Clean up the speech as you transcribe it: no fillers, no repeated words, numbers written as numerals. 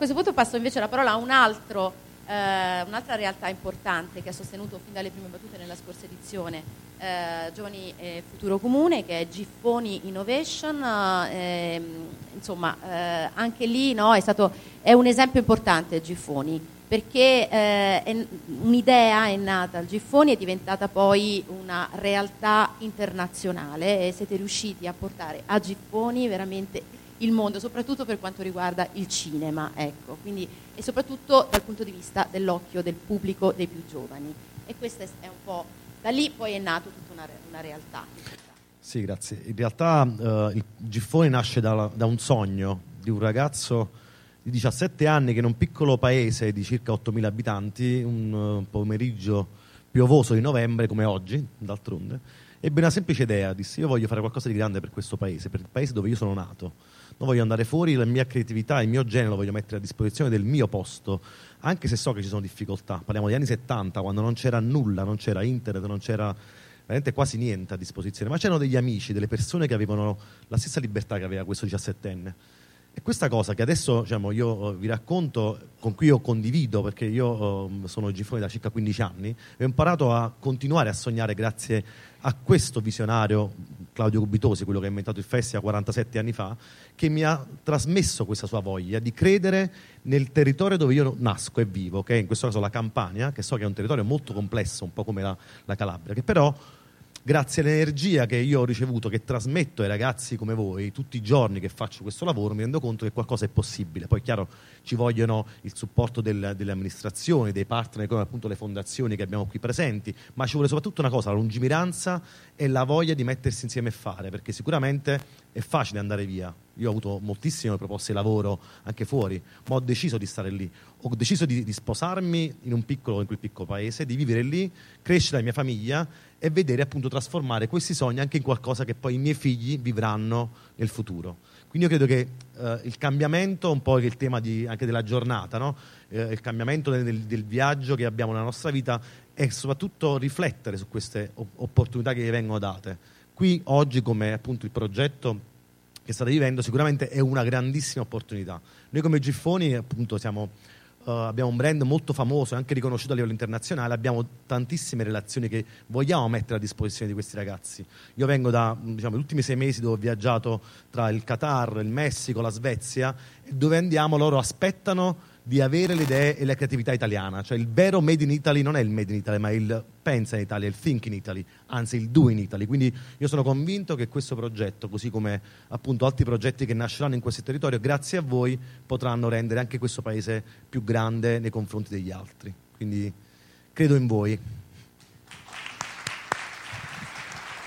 questo punto passo invece la parola a un'altra realtà importante che ha sostenuto fin dalle prime battute nella scorsa edizione Giovani Futuro Comune, che è Giffoni Innovation. Anche lì, no, è un esempio importante Giffoni, perché un'idea è nata al Giffoni, è diventata poi una realtà internazionale e siete riusciti a portare a Giffoni veramente il mondo, soprattutto per quanto riguarda il cinema, ecco, quindi, e soprattutto dal punto di vista dell'occhio del pubblico dei più giovani. E questa è un po', da lì poi è nato tutta una realtà. Sì, grazie. In realtà il Giffoni nasce da un sogno di un ragazzo di 17 anni che in un piccolo paese di circa 8.000 abitanti, un pomeriggio piovoso di novembre come oggi, d'altronde, ebbe una semplice idea, disse: io voglio fare qualcosa di grande per questo paese, per il paese dove io sono nato. Non voglio andare fuori, la mia creatività, il mio genere lo voglio mettere a disposizione del mio posto, anche se so che ci sono difficoltà. Parliamo degli anni 70, quando non c'era nulla, non c'era internet, non c'era veramente quasi niente a disposizione, ma c'erano degli amici, delle persone che avevano la stessa libertà che aveva questo 17enne. E questa cosa che adesso, diciamo, io vi racconto, con cui io condivido, perché io sono Giffoni da circa 15 anni, ho imparato a continuare a sognare grazie a questo visionario, Claudio Gubitosi, quello che ha inventato il festival 47 anni fa, che mi ha trasmesso questa sua voglia di credere nel territorio dove io nasco e vivo, che è in questo caso la Campania, che so che è un territorio molto complesso, un po' come la Calabria, che però grazie all'energia che io ho ricevuto, che trasmetto ai ragazzi come voi tutti i giorni che faccio questo lavoro, mi rendo conto che qualcosa è possibile. Poi chiaro, ci vogliono il supporto delle amministrazioni, dei partner come appunto le fondazioni che abbiamo qui presenti, ma ci vuole soprattutto una cosa: la lungimiranza e la voglia di mettersi insieme e fare, perché sicuramente è facile andare via. Io ho avuto moltissime proposte di lavoro anche fuori, ma ho deciso di stare lì, ho deciso di sposarmi in quel piccolo paese, di vivere lì, crescere la mia famiglia e vedere appunto trasformare questi sogni anche in qualcosa che poi i miei figli vivranno nel futuro. Quindi io credo che il cambiamento, un po' che il tema anche della giornata, no? Il cambiamento del viaggio che abbiamo nella nostra vita è soprattutto riflettere su queste opportunità che vengono date. Qui oggi, come appunto il progetto che state vivendo, sicuramente è una grandissima opportunità. Noi come Giffoni appunto abbiamo un brand molto famoso e anche riconosciuto a livello internazionale, abbiamo tantissime relazioni che vogliamo mettere a disposizione di questi ragazzi. Io vengo gli ultimi 6 mesi dove ho viaggiato tra il Qatar, il Messico, la Svezia, e dove andiamo loro aspettano di avere le idee e la creatività italiana. Cioè il vero Made in Italy non è il Made in Italy, ma il pensa in Italia, il think in Italy, anzi il do in Italy. Quindi io sono convinto che questo progetto, così come appunto altri progetti che nasceranno in questo territorio, grazie a voi potranno rendere anche questo paese più grande nei confronti degli altri. Quindi credo in voi.